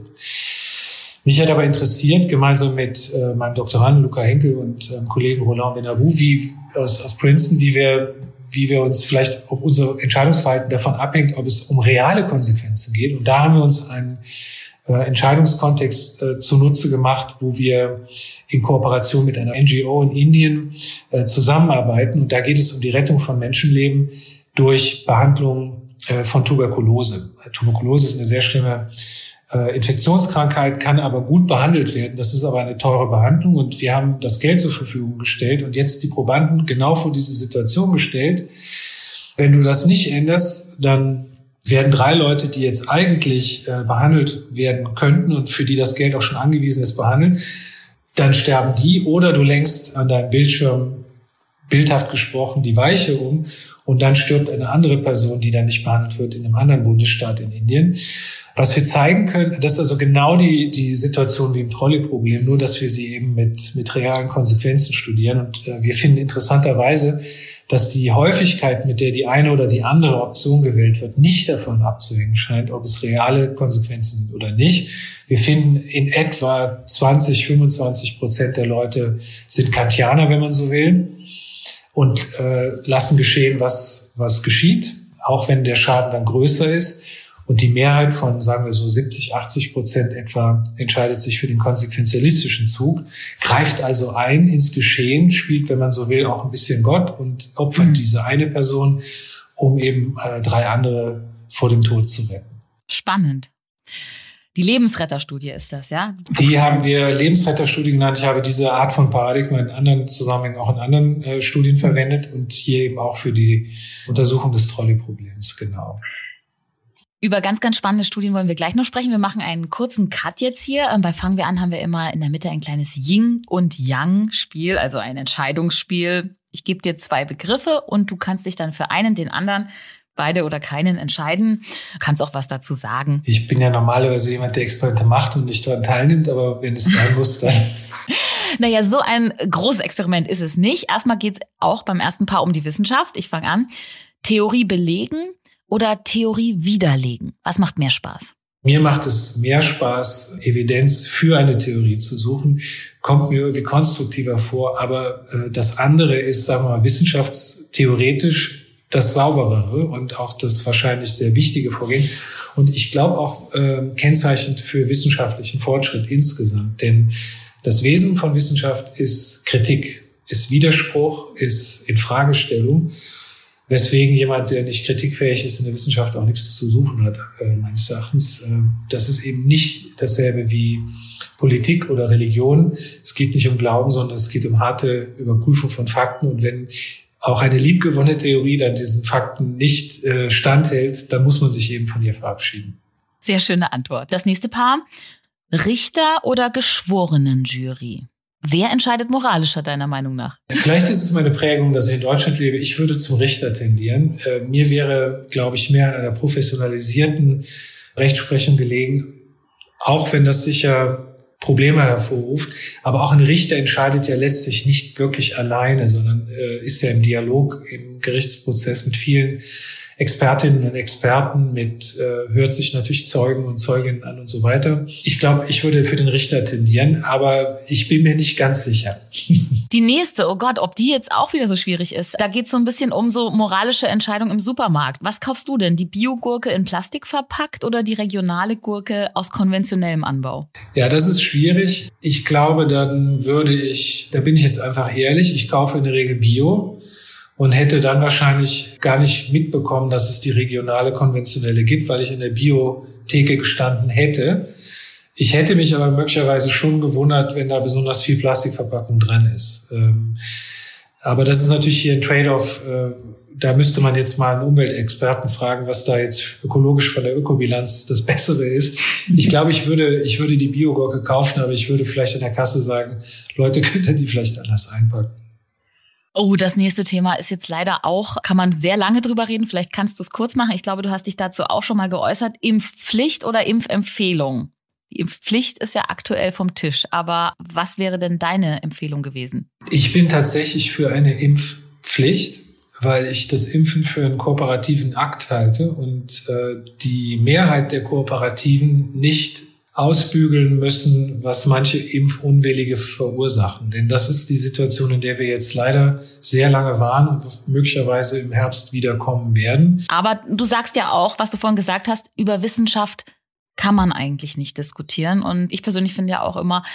Mich hat aber interessiert, gemeinsam mit meinem Doktoranden Luca Henkel und Kollegen Roland Benabou, aus Princeton, wie wir uns vielleicht, ob unser Entscheidungsverhalten davon abhängt, ob es um reale Konsequenzen geht. Und da haben wir uns einen Entscheidungskontext zunutze gemacht, wo wir in Kooperation mit einer NGO in Indien zusammenarbeiten. Und da geht es um die Rettung von Menschenleben durch Behandlung von Tuberkulose. Tuberkulose ist eine sehr schlimme Infektionskrankheit, kann aber gut behandelt werden. Das ist aber eine teure Behandlung und wir haben das Geld zur Verfügung gestellt und jetzt die Probanden genau vor diese Situation gestellt. Wenn du das nicht änderst, dann werden 3 Leute, die jetzt eigentlich behandelt werden könnten und für die das Geld auch schon angewiesen ist, behandelt, dann sterben die oder du lenkst an deinem Bildschirm, bildhaft gesprochen, die Weiche um und dann stirbt eine andere Person, die dann nicht behandelt wird in einem anderen Bundesstaat in Indien. Was wir zeigen können, das ist also genau die Situation wie im Trolley-Problem, nur dass wir sie eben mit realen Konsequenzen studieren. Und wir finden interessanterweise, dass die Häufigkeit, mit der die eine oder die andere Option gewählt wird, nicht davon abzuhängen scheint, ob es reale Konsequenzen sind oder nicht. Wir finden in etwa 20-25% der Leute sind Kantianer, wenn man so will, und lassen geschehen, was geschieht, auch wenn der Schaden dann größer ist. Und die Mehrheit von, sagen wir so 70-80% etwa, entscheidet sich für den konsequenzialistischen Zug, greift also ein ins Geschehen, spielt, wenn man so will, auch ein bisschen Gott und opfert diese eine Person, um eben 3 andere vor dem Tod zu retten. Spannend. Die Lebensretterstudie ist das, ja? Die haben wir Lebensretterstudie genannt. Ich habe diese Art von Paradigma in anderen Zusammenhängen auch in anderen Studien verwendet und hier eben auch für die Untersuchung des Trolley-Problems, genau. Über ganz, ganz spannende Studien wollen wir gleich noch sprechen. Wir machen einen kurzen Cut jetzt hier. Bei Fangen wir an haben wir immer in der Mitte ein kleines Yin- und Yang-Spiel, also ein Entscheidungsspiel. Ich gebe dir 2 Begriffe und du kannst dich dann für einen, den anderen, beide oder keinen entscheiden. Du kannst auch was dazu sagen. Ich bin ja normalerweise jemand, der Experimente macht und nicht daran teilnimmt, aber wenn es sein muss, dann... Naja, so ein großes Experiment ist es nicht. Erstmal geht es auch beim ersten Paar um die Wissenschaft. Ich fange an. Theorie belegen oder Theorie widerlegen? Was macht mehr Spaß? Mir macht es mehr Spaß, Evidenz für eine Theorie zu suchen. Kommt mir irgendwie konstruktiver vor. Aber das andere ist, sagen wir mal, wissenschaftstheoretisch das sauberere und auch das wahrscheinlich sehr wichtige Vorgehen. Und ich glaube auch kennzeichnend für wissenschaftlichen Fortschritt insgesamt. Denn das Wesen von Wissenschaft ist Kritik, ist Widerspruch, ist Infragestellung. Weswegen jemand, der nicht kritikfähig ist in der Wissenschaft, auch nichts zu suchen hat, meines Erachtens. Das ist eben nicht dasselbe wie Politik oder Religion. Es geht nicht um Glauben, sondern es geht um harte Überprüfung von Fakten. Und wenn auch eine liebgewonnene Theorie dann diesen Fakten nicht standhält, dann muss man sich eben von ihr verabschieden. Sehr schöne Antwort. Das nächste Paar, Richter oder Geschworenenjury? Wer entscheidet moralischer, deiner Meinung nach? Vielleicht ist es meine Prägung, dass ich in Deutschland lebe. Ich würde zum Richter tendieren. Mir wäre, glaube ich, mehr an einer professionalisierten Rechtsprechung gelegen, auch wenn das sicher Probleme hervorruft. Aber auch ein Richter entscheidet ja letztlich nicht wirklich alleine, sondern ist ja im Dialog im Gerichtsprozess mit vielen Expertinnen und Experten, hört sich natürlich Zeugen und Zeuginnen an und so weiter. Ich glaube, ich würde für den Richter tendieren, aber ich bin mir nicht ganz sicher. Die nächste, oh Gott, ob die jetzt auch wieder so schwierig ist. Da geht es so ein bisschen um so moralische Entscheidungen im Supermarkt. Was kaufst du denn? Die Biogurke in Plastik verpackt oder die regionale Gurke aus konventionellem Anbau? Ja, das ist schwierig. Ich glaube, da bin ich jetzt einfach ehrlich, ich kaufe in der Regel Bio. Und hätte dann wahrscheinlich gar nicht mitbekommen, dass es die regionale, konventionelle gibt, weil ich in der Biotheke gestanden hätte. Ich hätte mich aber möglicherweise schon gewundert, wenn da besonders viel Plastikverpackung dran ist. Aber das ist natürlich hier ein Trade-off. Da müsste man jetzt mal einen Umweltexperten fragen, was da jetzt ökologisch von der Ökobilanz das Bessere ist. Ich glaube, ich würde die Biogurke kaufen, aber ich würde vielleicht an der Kasse sagen, Leute, könnt ihr die vielleicht anders einpacken? Oh, das nächste Thema ist jetzt leider auch, kann man sehr lange drüber reden, vielleicht kannst du es kurz machen. Ich glaube, du hast dich dazu auch schon mal geäußert. Impfpflicht oder Impfempfehlung? Die Impfpflicht ist ja aktuell vom Tisch, aber was wäre denn deine Empfehlung gewesen? Ich bin tatsächlich für eine Impfpflicht, weil ich das Impfen für einen kooperativen Akt halte und die Mehrheit der Kooperativen nicht ausbügeln müssen, was manche Impfunwillige verursachen. Denn das ist die Situation, in der wir jetzt leider sehr lange waren und möglicherweise im Herbst wiederkommen werden. Aber du sagst ja auch, was du vorhin gesagt hast, über Wissenschaft kann man eigentlich nicht diskutieren. Und ich persönlich finde ja auch immer,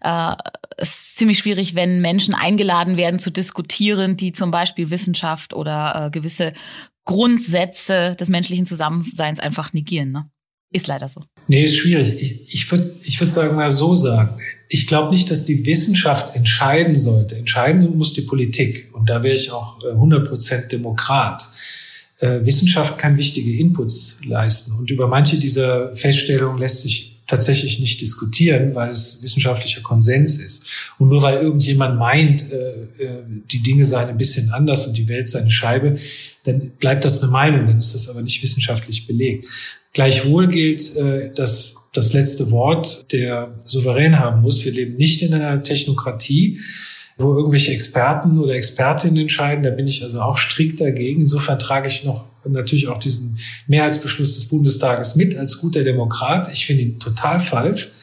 es ist ziemlich schwierig, wenn Menschen eingeladen werden zu diskutieren, die zum Beispiel Wissenschaft oder gewisse Grundsätze des menschlichen Zusammenseins einfach negieren, ne? Ist leider so. Nee, ist schwierig. Ich würd sagen, mal so sagen. Ich glaube nicht, dass die Wissenschaft entscheiden sollte. Entscheiden muss die Politik. Und da wäre ich auch 100% Demokrat. Wissenschaft kann wichtige Inputs leisten. Und über manche dieser Feststellungen lässt sich tatsächlich nicht diskutieren, weil es wissenschaftlicher Konsens ist. Und nur weil irgendjemand meint, die Dinge seien ein bisschen anders und die Welt sei eine Scheibe, dann bleibt das eine Meinung, dann ist das aber nicht wissenschaftlich belegt. Gleichwohl gilt, dass das letzte Wort der Souverän haben muss. Wir leben nicht in einer Technokratie, wo irgendwelche Experten oder Expertinnen entscheiden. Da bin ich also auch strikt dagegen. Insofern trage ich natürlich auch diesen Mehrheitsbeschluss des Bundestages mit als guter Demokrat. Ich finde ihn total falsch,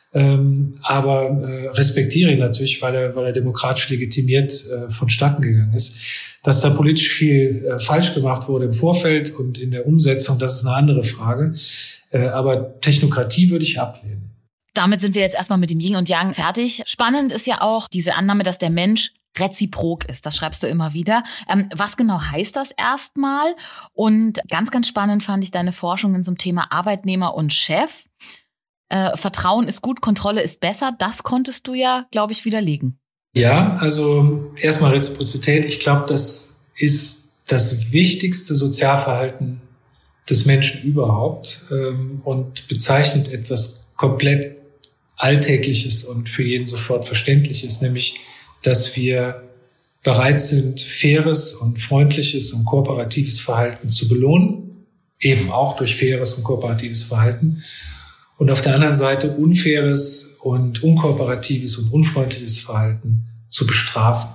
aber respektiere ihn natürlich, weil er demokratisch legitimiert vonstatten gegangen ist. Dass da politisch viel falsch gemacht wurde im Vorfeld und in der Umsetzung, das ist eine andere Frage. Aber Technokratie würde ich ablehnen. Damit sind wir jetzt erstmal mit dem Yin und Yang fertig. Spannend ist ja auch diese Annahme, dass der Mensch reziprok ist. Das schreibst du immer wieder. Was genau heißt das erstmal? Und ganz, ganz spannend fand ich deine Forschungen zum Thema Arbeitnehmer und Chef. Vertrauen ist gut, Kontrolle ist besser. Das konntest du ja, glaube ich, widerlegen. Ja, also erstmal Reziprozität. Ich glaube, das ist das wichtigste Sozialverhalten des Menschen überhaupt und bezeichnet etwas komplett Alltägliches und für jeden sofort Verständliches, nämlich, dass wir bereit sind, faires und freundliches und kooperatives Verhalten zu belohnen, eben auch durch faires und kooperatives Verhalten, und auf der anderen Seite unfaires und unkooperatives und unfreundliches Verhalten zu bestrafen.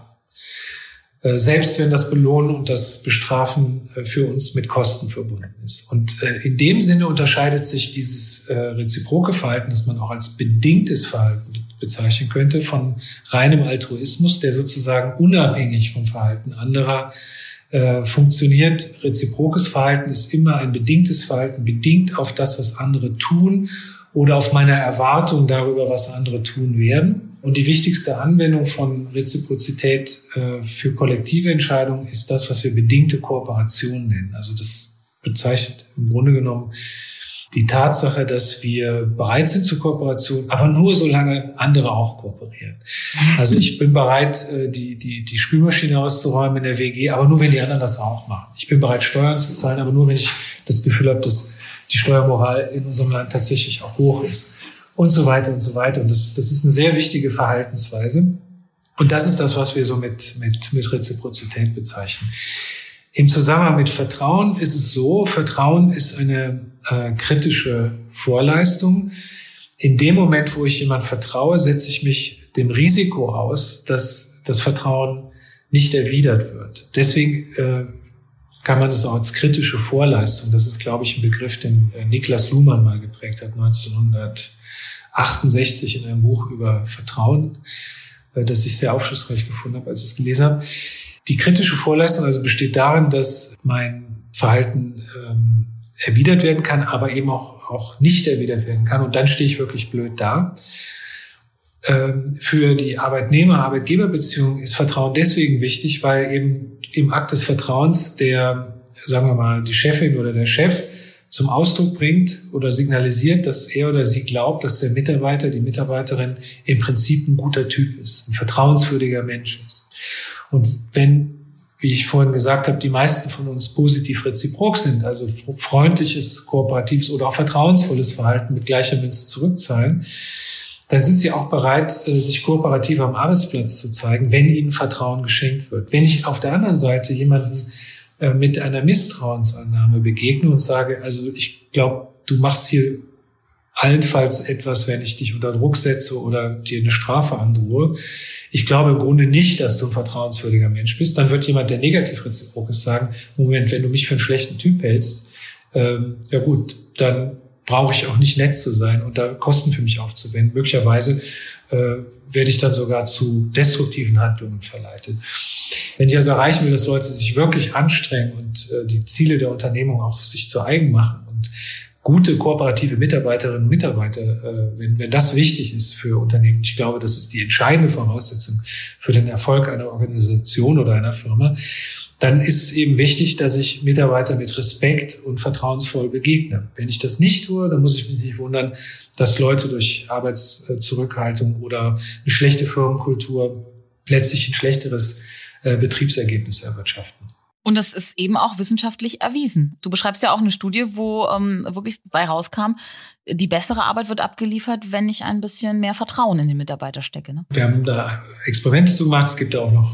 Selbst wenn das Belohnen und das Bestrafen für uns mit Kosten verbunden ist. Und in dem Sinne unterscheidet sich dieses reziproke Verhalten, das man auch als bedingtes Verhalten bezeichnen könnte, von reinem Altruismus, der sozusagen unabhängig vom Verhalten anderer funktioniert. Reziprokes Verhalten ist immer ein bedingtes Verhalten, bedingt auf das, was andere tun oder auf meine Erwartung darüber, was andere tun werden. Und die wichtigste Anwendung von Reziprozität für kollektive Entscheidungen ist das, was wir bedingte Kooperation nennen. Also das bezeichnet im Grunde genommen die Tatsache, dass wir bereit sind zur Kooperation, aber nur solange andere auch kooperieren. Also ich bin bereit, die Spülmaschine auszuräumen in der WG, aber nur, wenn die anderen das auch machen. Ich bin bereit, Steuern zu zahlen, aber nur, wenn ich das Gefühl habe, dass die Steuermoral in unserem Land tatsächlich auch hoch ist. Und so weiter und so weiter. Und das ist eine sehr wichtige Verhaltensweise. Und das ist das, was wir so mit Reziprozität bezeichnen. Im Zusammenhang mit Vertrauen ist es so, Vertrauen ist eine kritische Vorleistung. in dem Moment, wo ich jemand vertraue, setze ich mich dem Risiko aus, dass das Vertrauen nicht erwidert wird. Deswegen kann man es auch als kritische Vorleistung, das ist, glaube ich, ein Begriff, den Niklas Luhmann mal geprägt hat, 1968 in einem Buch über Vertrauen, das ich sehr aufschlussreich gefunden habe, als ich es gelesen habe. Die kritische Vorleistung also besteht darin, dass mein Verhalten erwidert werden kann, aber eben auch nicht erwidert werden kann. Und dann stehe ich wirklich blöd da. Für die Arbeitnehmer-Arbeitgeber-Beziehung ist Vertrauen deswegen wichtig, weil eben im Akt des Vertrauens der, sagen wir mal, die Chefin oder der Chef zum Ausdruck bringt oder signalisiert, dass er oder sie glaubt, dass der Mitarbeiter, die Mitarbeiterin im Prinzip ein guter Typ ist, ein vertrauenswürdiger Mensch ist. Und wenn, wie ich vorhin gesagt habe, die meisten von uns positiv reziprok sind, also freundliches, kooperatives oder auch vertrauensvolles Verhalten mit gleicher Münze zurückzahlen, dann sind sie auch bereit, sich kooperativ am Arbeitsplatz zu zeigen, wenn ihnen Vertrauen geschenkt wird. Wenn ich auf der anderen Seite jemanden mit einer Misstrauensannahme begegne und sage, also ich glaube, du machst hier allenfalls etwas, wenn ich dich unter Druck setze oder dir eine Strafe androhe. Ich glaube im Grunde nicht, dass du ein vertrauenswürdiger Mensch bist. Dann wird jemand, der negativ reziprok ist, sagen, Moment, wenn du mich für einen schlechten Typ hältst, ja gut, dann brauche ich auch nicht nett zu sein und da Kosten für mich aufzuwenden. Möglicherweise werde ich dann sogar zu destruktiven Handlungen verleitet. Wenn ich also erreichen will, dass Leute sich wirklich anstrengen und die Ziele der Unternehmung auch sich zu eigen machen und gute kooperative Mitarbeiterinnen und Mitarbeiter, wenn das wichtig ist für Unternehmen, ich glaube, das ist die entscheidende Voraussetzung für den Erfolg einer Organisation oder einer Firma, dann ist es eben wichtig, dass ich Mitarbeiter mit Respekt und vertrauensvoll begegne. Wenn ich das nicht tue, dann muss ich mich nicht wundern, dass Leute durch Arbeitszurückhaltung oder eine schlechte Firmenkultur letztlich ein schlechteres Betriebsergebnis erwirtschaften. Und das ist eben auch wissenschaftlich erwiesen. Du beschreibst ja auch eine Studie, wo wirklich bei rauskam, die bessere Arbeit wird abgeliefert, wenn ich ein bisschen mehr Vertrauen in den Mitarbeiter stecke. Ne? Wir haben da Experimente zu gemacht. Es gibt da auch noch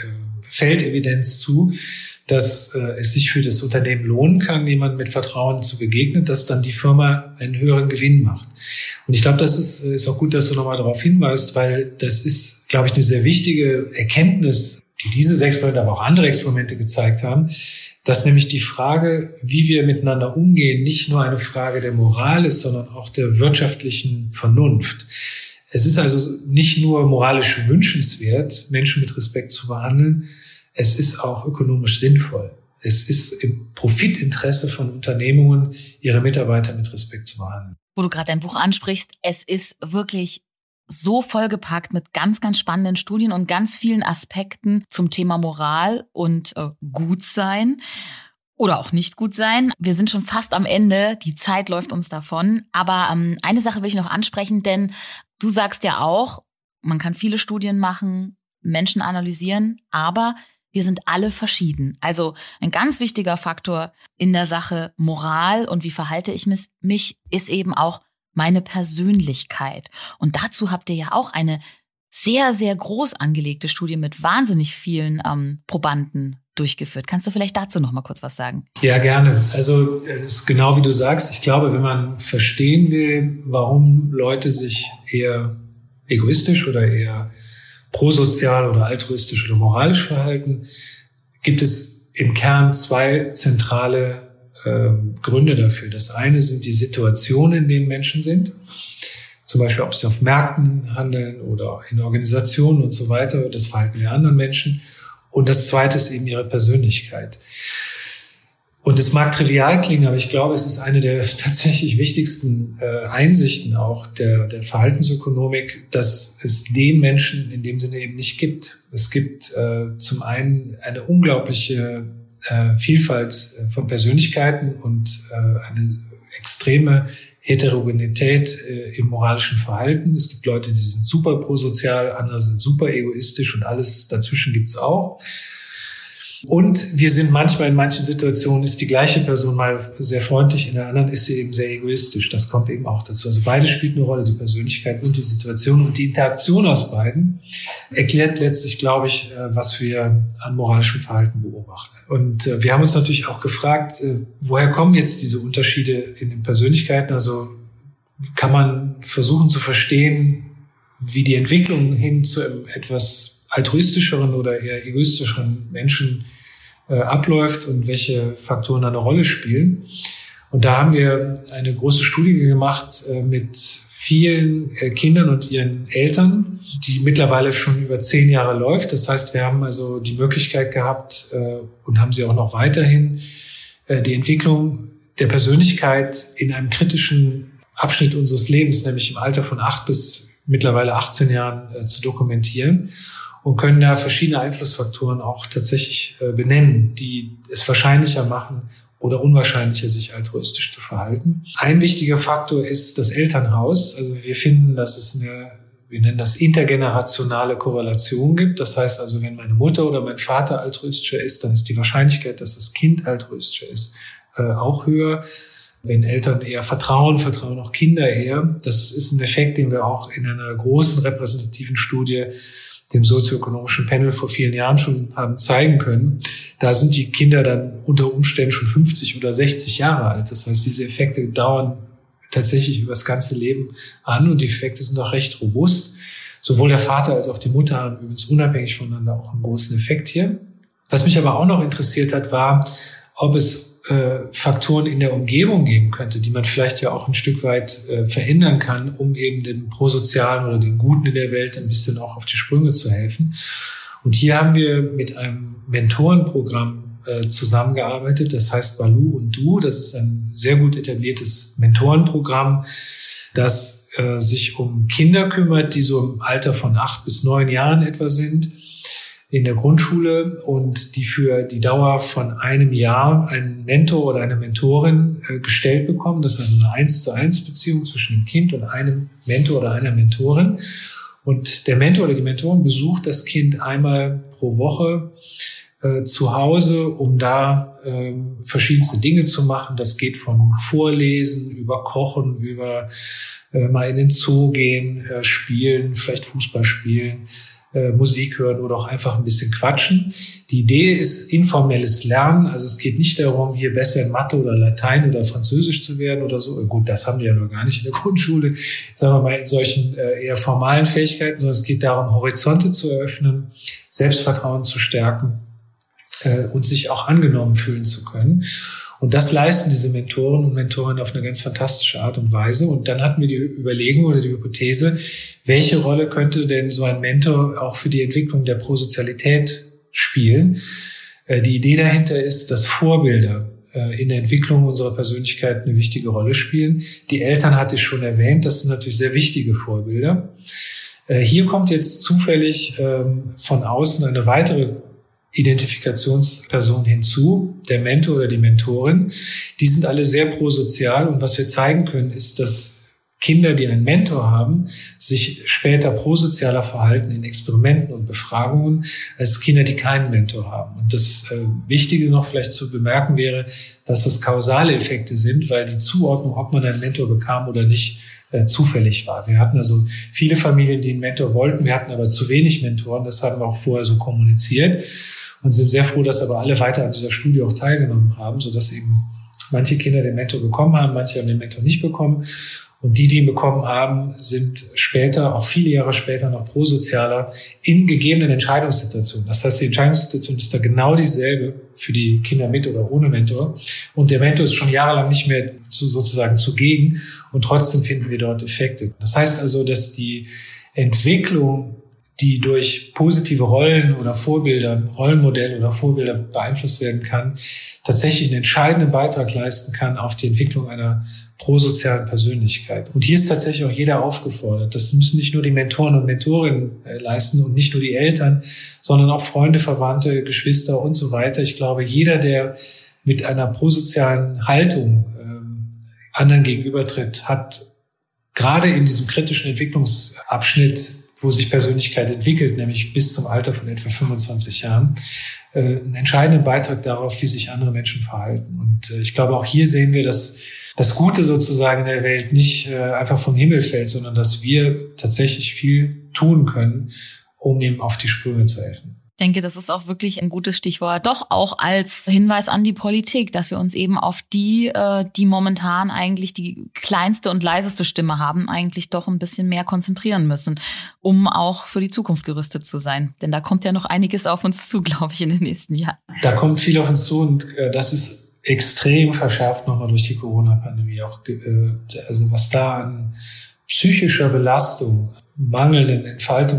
Feldevidenz zu, dass es sich für das Unternehmen lohnen kann, jemandem mit Vertrauen zu begegnen, dass dann die Firma einen höheren Gewinn macht. Und ich glaube, das ist auch gut, dass du nochmal darauf hinweist, weil das ist, glaube ich, eine sehr wichtige Erkenntnis, die dieses Experiment, aber auch andere Experimente gezeigt haben, dass nämlich die Frage, wie wir miteinander umgehen, nicht nur eine Frage der Moral ist, sondern auch der wirtschaftlichen Vernunft. Es ist also nicht nur moralisch wünschenswert, Menschen mit Respekt zu behandeln, es ist auch ökonomisch sinnvoll. Es ist im Profitinteresse von Unternehmungen, ihre Mitarbeiter mit Respekt zu behandeln. Wo du gerade dein Buch ansprichst, es ist wirklich so vollgepackt mit ganz, ganz spannenden Studien und ganz vielen Aspekten zum Thema Moral und Gutsein oder auch nicht gut sein. Wir sind schon fast am Ende, die Zeit läuft uns davon. Aber eine Sache will ich noch ansprechen, denn du sagst ja auch, man kann viele Studien machen, Menschen analysieren, aber wir sind alle verschieden. Also ein ganz wichtiger Faktor in der Sache Moral und wie verhalte ich mich, ist eben auch meine Persönlichkeit. Und dazu habt ihr ja auch eine sehr, sehr groß angelegte Studie mit wahnsinnig vielen Probanden durchgeführt. Kannst du vielleicht dazu noch mal kurz was sagen? Ja, gerne. Also es ist genau wie du sagst. Ich glaube, wenn man verstehen will, warum Leute sich eher egoistisch oder eher prosozial oder altruistisch oder moralisch verhalten, gibt es im Kern zwei zentrale Gründe dafür. Das eine sind die Situationen, in denen Menschen sind. Zum Beispiel, ob sie auf Märkten handeln oder in Organisationen und so weiter, das Verhalten der anderen Menschen. Und das zweite ist eben ihre Persönlichkeit. Und es mag trivial klingen, aber ich glaube, es ist eine der tatsächlich wichtigsten Einsichten auch der Verhaltensökonomik, dass es den Menschen in dem Sinne eben nicht gibt. Es gibt zum einen eine unglaubliche Vielfalt von Persönlichkeiten und eine extreme Heterogenität im moralischen Verhalten. Es gibt Leute, die sind super prosozial, andere sind super egoistisch und alles dazwischen gibt's auch. Und wir sind manchmal in manchen Situationen, ist die gleiche Person mal sehr freundlich, in der anderen ist sie eben sehr egoistisch. Das kommt eben auch dazu. Also beide spielen eine Rolle, die Persönlichkeit und die Situation. Und die Interaktion aus beiden erklärt letztlich, glaube ich, was wir an moralischem Verhalten beobachten. Und wir haben uns natürlich auch gefragt, woher kommen jetzt diese Unterschiede in den Persönlichkeiten? Also kann man versuchen zu verstehen, wie die Entwicklung hin zu einem etwas altruistischeren oder eher egoistischeren Menschen abläuft und welche Faktoren eine Rolle spielen. Und da haben wir eine große Studie gemacht mit vielen Kindern und ihren Eltern, die mittlerweile schon über 10 Jahre läuft. Das heißt, wir haben also die Möglichkeit gehabt und haben sie auch noch weiterhin, die Entwicklung der Persönlichkeit in einem kritischen Abschnitt unseres Lebens, nämlich im Alter von 8 bis mittlerweile 18 Jahren zu dokumentieren und können da verschiedene Einflussfaktoren auch tatsächlich benennen, die es wahrscheinlicher machen oder unwahrscheinlicher, sich altruistisch zu verhalten. Ein wichtiger Faktor ist das Elternhaus. Also wir finden, dass es wir nennen das intergenerationale Korrelation gibt. Das heißt also, wenn meine Mutter oder mein Vater altruistischer ist, dann ist die Wahrscheinlichkeit, dass das Kind altruistischer ist, auch höher. Wenn Eltern eher vertrauen auch Kinder eher. Das ist ein Effekt, den wir auch in einer großen repräsentativen Studie, dem sozioökonomischen Panel vor vielen Jahren schon haben zeigen können. Da sind die Kinder dann unter Umständen schon 50 oder 60 Jahre alt. Das heißt, diese Effekte dauern tatsächlich über das ganze Leben an und die Effekte sind auch recht robust. Sowohl der Vater als auch die Mutter haben übrigens unabhängig voneinander auch einen großen Effekt hier. Was mich aber auch noch interessiert hat, war, ob es Faktoren in der Umgebung geben könnte, die man vielleicht ja auch ein Stück weit verändern kann, um eben den Prosozialen oder den Guten in der Welt ein bisschen auch auf die Sprünge zu helfen. Und hier haben wir mit einem Mentorenprogramm zusammengearbeitet, das heißt Baloo und Du. Das ist ein sehr gut etabliertes Mentorenprogramm, das sich um Kinder kümmert, die so im Alter von 8 bis 9 Jahren etwa sind, in der Grundschule und die für die Dauer von einem Jahr einen Mentor oder eine Mentorin gestellt bekommen. Das ist also eine 1:1 Beziehung zwischen dem Kind und einem Mentor oder einer Mentorin. Und der Mentor oder die Mentorin besucht das Kind einmal pro Woche zu Hause, um da verschiedenste Dinge zu machen. Das geht von Vorlesen über Kochen, über mal in den Zoo gehen, spielen, vielleicht Fußball spielen, Musik hören oder auch einfach ein bisschen quatschen. Die Idee ist informelles Lernen. Also es geht nicht darum, hier besser in Mathe oder Latein oder Französisch zu werden oder so. Gut, das haben die ja noch gar nicht in der Grundschule, sagen wir mal in solchen eher formalen Fähigkeiten, sondern es geht darum, Horizonte zu eröffnen, Selbstvertrauen zu stärken und sich auch angenommen fühlen zu können. Und das leisten diese Mentoren und Mentorinnen auf eine ganz fantastische Art und Weise. Und dann hatten wir die Überlegung oder die Hypothese, welche Rolle könnte denn so ein Mentor auch für die Entwicklung der Prosozialität spielen? Die Idee dahinter ist, dass Vorbilder in der Entwicklung unserer Persönlichkeit eine wichtige Rolle spielen. Die Eltern hatte ich schon erwähnt, das sind natürlich sehr wichtige Vorbilder. Hier kommt jetzt zufällig von außen eine weitere Identifikationsperson hinzu, der Mentor oder die Mentorin. Die sind alle sehr prosozial und was wir zeigen können, ist, dass Kinder, die einen Mentor haben, sich später prosozialer verhalten in Experimenten und Befragungen als Kinder, die keinen Mentor haben. Und das Wichtige noch vielleicht zu bemerken wäre, dass das kausale Effekte sind, weil die Zuordnung, ob man einen Mentor bekam oder nicht, zufällig war. Wir hatten also viele Familien, die einen Mentor wollten, wir hatten aber zu wenig Mentoren, das haben wir auch vorher so kommuniziert. Und sind sehr froh, dass aber alle weiter an dieser Studie auch teilgenommen haben, sodass eben manche Kinder den Mentor bekommen haben, manche haben den Mentor nicht bekommen. Und die ihn bekommen haben, sind später, auch viele Jahre später, noch prosozialer in gegebenen Entscheidungssituationen. Das heißt, die Entscheidungssituation ist da genau dieselbe für die Kinder mit oder ohne Mentor. Und der Mentor ist schon jahrelang nicht mehr sozusagen zugegen. Und trotzdem finden wir dort Effekte. Das heißt also, dass die Entwicklung, die durch positive Rollen oder Vorbilder, Rollenmodelle oder Vorbilder beeinflusst werden kann, tatsächlich einen entscheidenden Beitrag leisten kann auf die Entwicklung einer prosozialen Persönlichkeit. Und hier ist tatsächlich auch jeder aufgefordert. Das müssen nicht nur die Mentoren und Mentorinnen leisten und nicht nur die Eltern, sondern auch Freunde, Verwandte, Geschwister und so weiter. Ich glaube, jeder, der mit einer prosozialen Haltung anderen gegenübertritt, hat gerade in diesem kritischen Entwicklungsabschnitt, wo sich Persönlichkeit entwickelt, nämlich bis zum Alter von etwa 25 Jahren, einen entscheidenden Beitrag darauf, wie sich andere Menschen verhalten. Und ich glaube, auch hier sehen wir, dass das Gute sozusagen in der Welt nicht einfach vom Himmel fällt, sondern dass wir tatsächlich viel tun können, um ihm auf die Sprünge zu helfen. Ich denke, das ist auch wirklich ein gutes Stichwort. Doch auch als Hinweis an die Politik, dass wir uns eben auf die momentan eigentlich die kleinste und leiseste Stimme haben, eigentlich doch ein bisschen mehr konzentrieren müssen, um auch für die Zukunft gerüstet zu sein. Denn da kommt ja noch einiges auf uns zu, glaube ich, in den nächsten Jahren. Da kommt viel auf uns zu und das ist extrem verschärft nochmal durch die Corona-Pandemie. Auch also was da an psychischer Belastung, mangelnden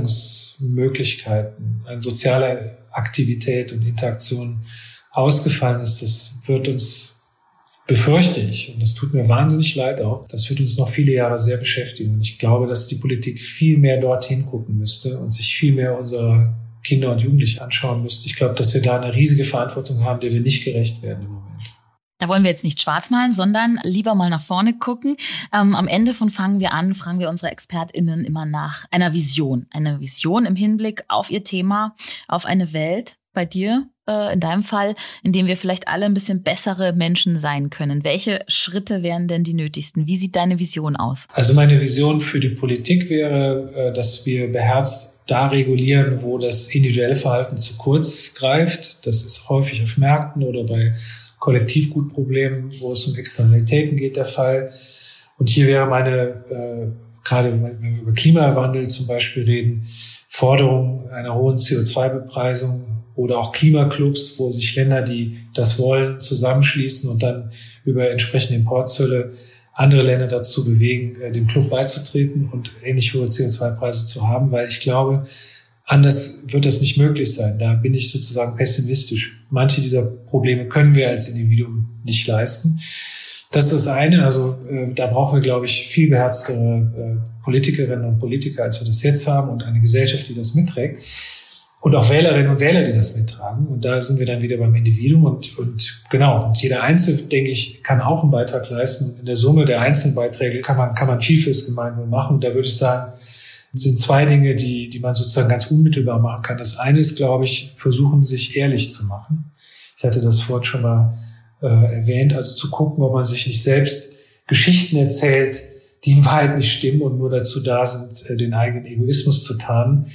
Entfaltungsmöglichkeiten, an sozialer Aktivität und Interaktion ausgefallen ist, das wird uns, befürchte ich, und das tut mir wahnsinnig leid auch, das wird uns noch viele Jahre sehr beschäftigen. Und ich glaube, dass die Politik viel mehr dorthin gucken müsste und sich viel mehr unserer Kinder und Jugendliche anschauen müsste. Ich glaube, dass wir da eine riesige Verantwortung haben, der wir nicht gerecht werden im Moment. Da wollen wir jetzt nicht schwarz malen, sondern lieber mal nach vorne gucken. Am Ende von Fangen wir an, fragen wir unsere ExpertInnen immer nach einer Vision. Eine Vision im Hinblick auf ihr Thema, auf eine Welt, bei dir, in deinem Fall, in dem wir vielleicht alle ein bisschen bessere Menschen sein können. Welche Schritte wären denn die nötigsten? Wie sieht deine Vision aus? Also meine Vision für die Politik wäre, dass wir beherzt da regulieren, wo das individuelle Verhalten zu kurz greift. Das ist häufig auf Märkten oder bei Kollektivgutproblemen, wo es um Externalitäten geht, der Fall. Und hier wäre meine, gerade wenn wir über Klimawandel zum Beispiel reden, Forderung einer hohen CO2-Bepreisung oder auch Klimaclubs, wo sich Länder, die das wollen, zusammenschließen und dann über entsprechende Importzölle andere Länder dazu bewegen, dem Club beizutreten und ähnlich hohe CO2-Preise zu haben, weil ich glaube, anders wird das nicht möglich sein. Da bin ich sozusagen pessimistisch. Manche dieser Probleme können wir als Individuum nicht leisten. Das ist das eine. Also da brauchen wir, glaube ich, viel beherztere Politikerinnen und Politiker, als wir das jetzt haben, und eine Gesellschaft, die das mitträgt. Und auch Wählerinnen und Wähler, die das mittragen. Und da sind wir dann wieder beim Individuum. Und jeder Einzelne, denke ich, kann auch einen Beitrag leisten. In der Summe der einzelnen Beiträge kann man viel fürs Gemeinwohl machen. Und da würde ich sagen, sind zwei Dinge, die man sozusagen ganz unmittelbar machen kann. Das eine ist, glaube ich, versuchen, sich ehrlich zu machen. Ich hatte das vorhin schon mal erwähnt, also zu gucken, ob man sich nicht selbst Geschichten erzählt, die in Wahrheit nicht stimmen und nur dazu da sind, den eigenen Egoismus zu tarnen,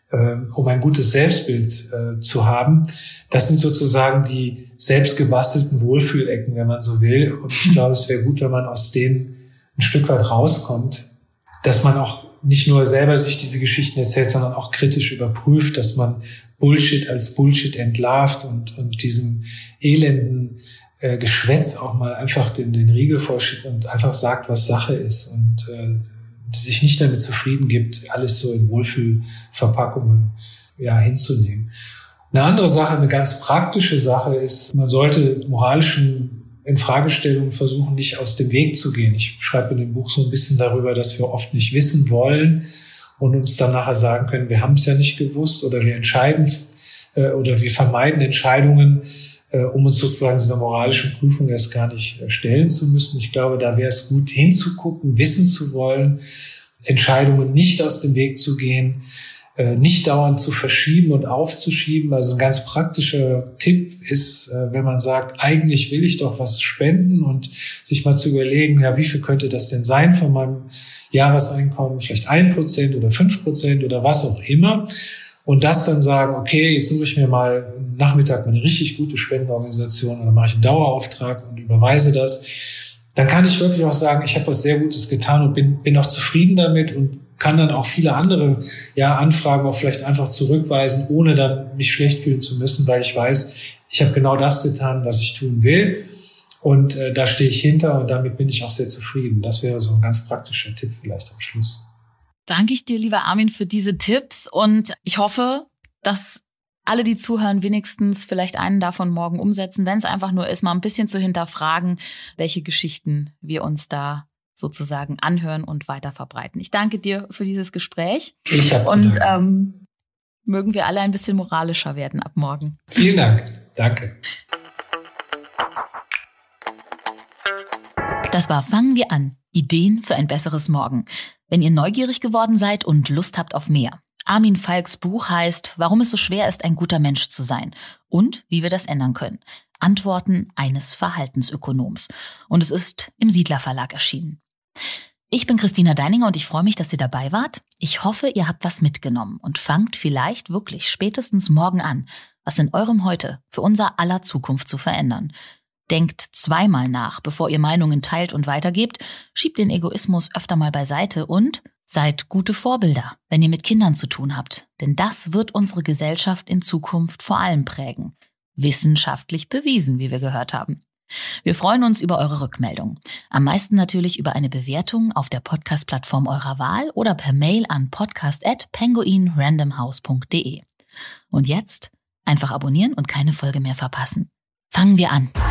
um ein gutes Selbstbild zu haben. Das sind sozusagen die selbst gebastelten Wohlfühlecken, wenn man so will. Und ich glaube, es wäre gut, wenn man aus denen ein Stück weit rauskommt, dass man auch nicht nur selber sich diese Geschichten erzählt, sondern auch kritisch überprüft, dass man Bullshit als Bullshit entlarvt und diesem elenden Geschwätz auch mal einfach den Riegel vorschiebt und einfach sagt, was Sache ist und sich nicht damit zufrieden gibt, alles so in Wohlfühlverpackungen hinzunehmen. Eine andere Sache, eine ganz praktische Sache ist, man sollte moralischen Infragestellungen versuchen, nicht aus dem Weg zu gehen. Ich schreibe in dem Buch so ein bisschen darüber, dass wir oft nicht wissen wollen und uns dann nachher sagen können, wir haben es ja nicht gewusst, oder wir entscheiden oder wir vermeiden Entscheidungen, um uns sozusagen dieser moralischen Prüfung erst gar nicht stellen zu müssen. Ich glaube, da wäre es gut, hinzugucken, wissen zu wollen, Entscheidungen nicht aus dem Weg zu gehen, nicht dauernd zu verschieben und aufzuschieben. Also ein ganz praktischer Tipp ist, wenn man sagt, eigentlich will ich doch was spenden, und sich mal zu überlegen, ja, wie viel könnte das denn sein von meinem Jahreseinkommen? Vielleicht 1% oder 5% oder was auch immer. Und das dann sagen, okay, jetzt suche ich mir mal am Nachmittag mal eine richtig gute Spendenorganisation oder mache ich einen Dauerauftrag und überweise das. Dann kann ich wirklich auch sagen, ich habe was sehr Gutes getan und bin auch zufrieden damit und kann dann auch viele andere Anfragen auch vielleicht einfach zurückweisen, ohne dann mich schlecht fühlen zu müssen, weil ich weiß, ich habe genau das getan, was ich tun will. Und da stehe ich hinter und damit bin ich auch sehr zufrieden. Das wäre so ein ganz praktischer Tipp vielleicht am Schluss. Danke ich dir, lieber Armin, für diese Tipps, und ich hoffe, dass alle, die zuhören, wenigstens vielleicht einen davon morgen umsetzen, wenn es einfach nur ist, mal ein bisschen zu hinterfragen, welche Geschichten wir uns da sozusagen anhören und weiter verbreiten. Ich danke dir für dieses Gespräch. Ich habe zu danken. Und mögen wir alle ein bisschen moralischer werden ab morgen. Vielen Dank. Danke. Das war Fangen wir an. Ideen für ein besseres Morgen. Wenn ihr neugierig geworden seid und Lust habt auf mehr. Armin Falks Buch heißt Warum es so schwer ist, ein guter Mensch zu sein und wie wir das ändern können. Antworten eines Verhaltensökonoms. Und es ist im Siedler Verlag erschienen. Ich bin Christina Deininger und ich freue mich, dass ihr dabei wart. Ich hoffe, ihr habt was mitgenommen und fangt vielleicht wirklich spätestens morgen an, was in eurem Heute für unser aller Zukunft zu verändern. Denkt zweimal nach, bevor ihr Meinungen teilt und weitergebt, schiebt den Egoismus öfter mal beiseite und seid gute Vorbilder, wenn ihr mit Kindern zu tun habt. Denn das wird unsere Gesellschaft in Zukunft vor allem prägen. Wissenschaftlich bewiesen, wie wir gehört haben. Wir freuen uns über eure Rückmeldung. Am meisten natürlich über eine Bewertung auf der Podcast-Plattform eurer Wahl oder per Mail an podcast@penguinrandomhouse.de. Und jetzt einfach abonnieren und keine Folge mehr verpassen. Fangen wir an.